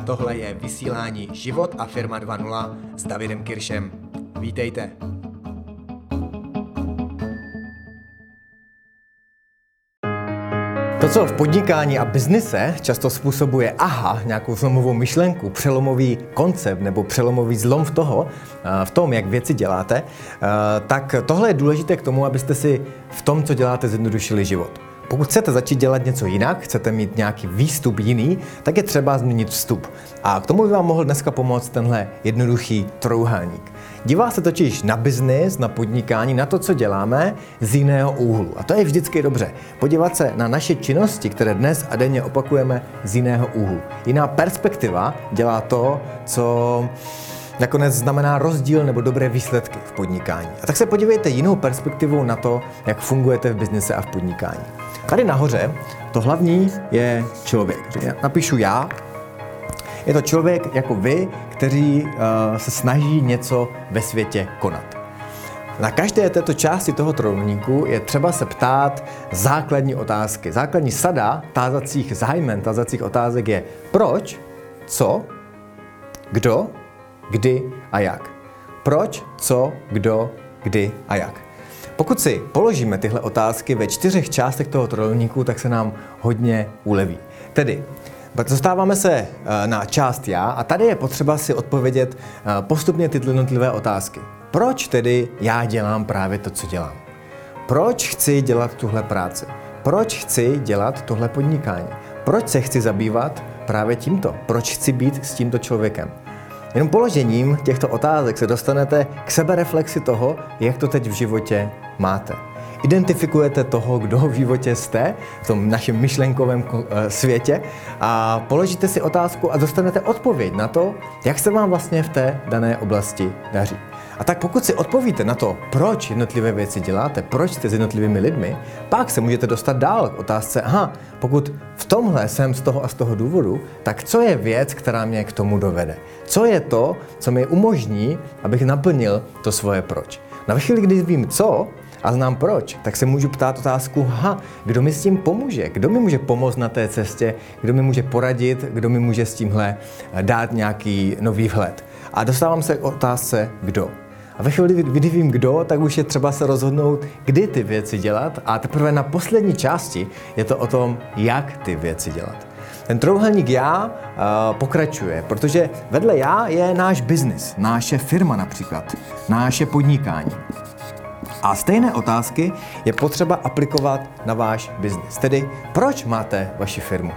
tohle je vysílání Život a firma 2.0 s Davidem Kiršem. Vítejte. To, co v podnikání a biznise často způsobuje nějakou zlomovou myšlenku, přelomový koncept nebo přelomový zlom v tom, jak věci děláte, tak tohle je důležité k tomu, abyste si v tom, co děláte, zjednodušili život. Pokud chcete začít dělat něco jinak, chcete mít nějaký výstup jiný, tak je třeba změnit vstup. A k tomu by vám mohl dneska pomoct tenhle jednoduchý trojúhelník. Dívá se totiž na biznis, na podnikání, na to, co děláme, z jiného úhlu. A to je vždycky dobře. Podívat se na naše činnosti, které dnes a denně opakujeme, z jiného úhlu. Jiná perspektiva dělá to, co nakonec znamená rozdíl nebo dobré výsledky v podnikání. A tak se podívejte jinou perspektivou na to, jak fungujete v biznise a v podnikání. Tady nahoře to hlavní je člověk. Napíšu já. Je to člověk jako vy, který se snaží něco ve světě konat. Na každé této části toho trojúhelníku je třeba se ptát základní otázky. Základní sada tázacích otázek je proč, co, kdo, kdy a jak. Proč, co, kdo, kdy a jak. Pokud si položíme tyhle otázky ve 4 částech toho trojúhelníku, tak se nám hodně uleví. Tedy dostáváme se na část já a tady je potřeba si odpovědět postupně tyto jednotlivé otázky. Proč tedy já dělám právě to, co dělám? Proč chci dělat tuhle práci? Proč chci dělat tohle podnikání? Proč se chci zabývat právě tímto? Proč chci být s tímto člověkem? Jenom položením těchto otázek se dostanete k sebereflexi toho, jak to teď v životě máte. Identifikujete toho, kdo v životě jste, v tom našem myšlenkovém světě a položíte si otázku a dostanete odpověď na to, jak se vám vlastně v té dané oblasti daří. A tak pokud si odpovíte na to, proč jednotlivé věci děláte, proč jste s jednotlivými lidmi, pak se můžete dostat dál k otázce, pokud v tomhle jsem z toho a z toho důvodu, tak co je věc, která mě k tomu dovede? Co je to, co mi umožní, abych naplnil to svoje proč? Na chvíli, kdy vím co a znám proč, tak se můžu ptát otázku, kdo mi s tím pomůže? Kdo mi může pomoct na té cestě? Kdo mi může poradit? Kdo mi může s tímhle dát nějaký nový vhled? A dostávám se k otázce kdo. A ve chvíli, kdy vím kdo, tak už je třeba se rozhodnout, kdy ty věci dělat a teprve na poslední části je to o tom, jak ty věci dělat. Ten trojúhelník já pokračuje, protože vedle já je náš biznis, naše firma například, naše podnikání. A stejné otázky je potřeba aplikovat na váš biznis. Tedy proč máte vaši firmu?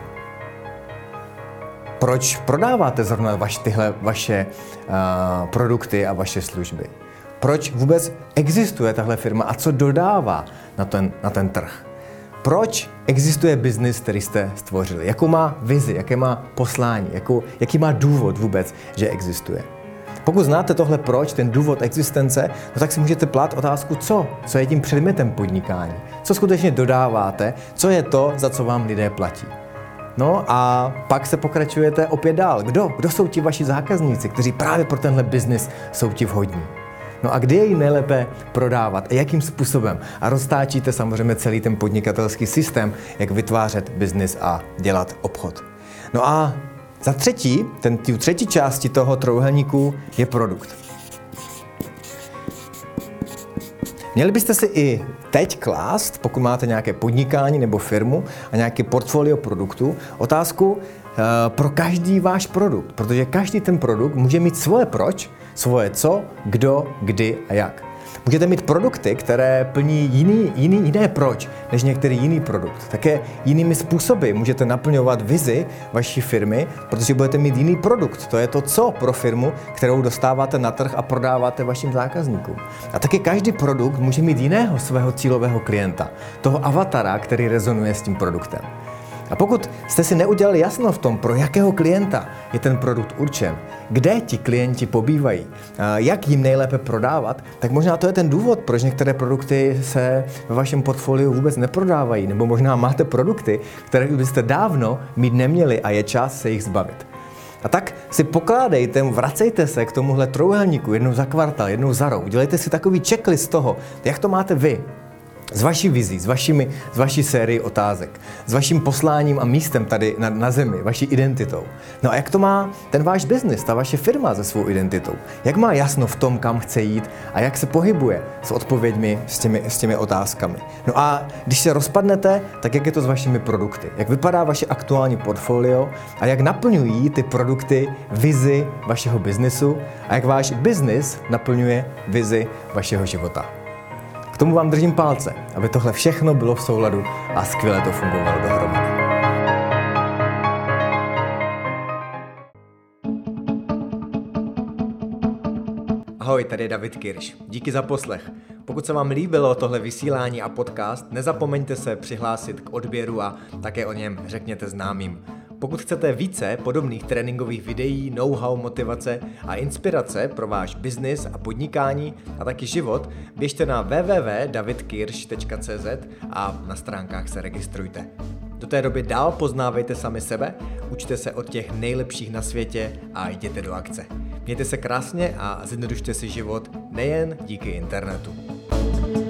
Proč prodáváte zrovna tyhle vaše produkty a vaše služby? Proč vůbec existuje tahle firma a co dodává na ten trh? Proč existuje biznis, který jste stvořili? Jakou má vizi, jaké má poslání, jaký má důvod vůbec, že existuje? Pokud znáte tohle proč, ten důvod existence, tak si můžete plát otázku co je tím předmětem podnikání, co skutečně dodáváte, co je to, za co vám lidé platí. No a pak se pokračujete opět dál. Kdo jsou ti vaši zákazníci, kteří právě pro tenhle biznis jsou ti vhodní? No a kdy je jim nejlépe prodávat a jakým způsobem? A roztáčíte samozřejmě celý ten podnikatelský systém, jak vytvářet biznis a dělat obchod. No a za třetí, třetí části toho trojúhelníku je produkt. Měli byste si i teď klást, pokud máte nějaké podnikání nebo firmu a nějaké portfolio produktů, otázku pro každý váš produkt, protože každý ten produkt může mít svoje proč, svoje co, kdo, kdy a jak. Můžete mít produkty, které plní jiné proč než některý jiný produkt. Také jinými způsoby můžete naplňovat vizi vaší firmy, protože budete mít jiný produkt. To je to co pro firmu, kterou dostáváte na trh a prodáváte vašim zákazníkům. A taky každý produkt může mít jiného svého cílového klienta, toho avatara, který rezonuje s tím produktem. A pokud jste si neudělali jasno v tom, pro jakého klienta je ten produkt určen, kde ti klienti pobývají, jak jim nejlépe prodávat, tak možná to je ten důvod, proč některé produkty se ve vašem portfoliu vůbec neprodávají, nebo možná máte produkty, které byste dávno mít neměli a je čas se jich zbavit. A tak si pokládejte, vracejte se k tomuhle trojúhelníku jednou za kvartál, jednou za rok. Udělejte si takový checklist toho, jak to máte vy. s vaší vizí, s vaší sérií otázek, s vaším posláním a místem tady na zemi, vaší identitou. No a jak to má ten váš biznis, ta vaše firma se svou identitou? Jak má jasno v tom, kam chce jít a jak se pohybuje s odpověďmi, s těmi otázkami? No a když se rozpadnete, tak jak je to s vašimi produkty? Jak vypadá vaše aktuální portfolio a jak naplňují ty produkty vizi vašeho biznisu a jak váš biznis naplňuje vizi vašeho života? K tomu vám držím palce, aby tohle všechno bylo v souladu a skvěle to fungovalo dohromady. Ahoj, tady je David Kirš. Díky za poslech. Pokud se vám líbilo tohle vysílání a podcast, nezapomeňte se přihlásit k odběru a také o něm řekněte známým. Pokud chcete více podobných tréninkových videí, know-how, motivace a inspirace pro váš biznis a podnikání a taky život, běžte na www.davidkirš.cz a na stránkách se registrujte. Do té doby dál poznávejte sami sebe, učte se od těch nejlepších na světě a jděte do akce. Mějte se krásně a zjednodušte si život nejen díky internetu.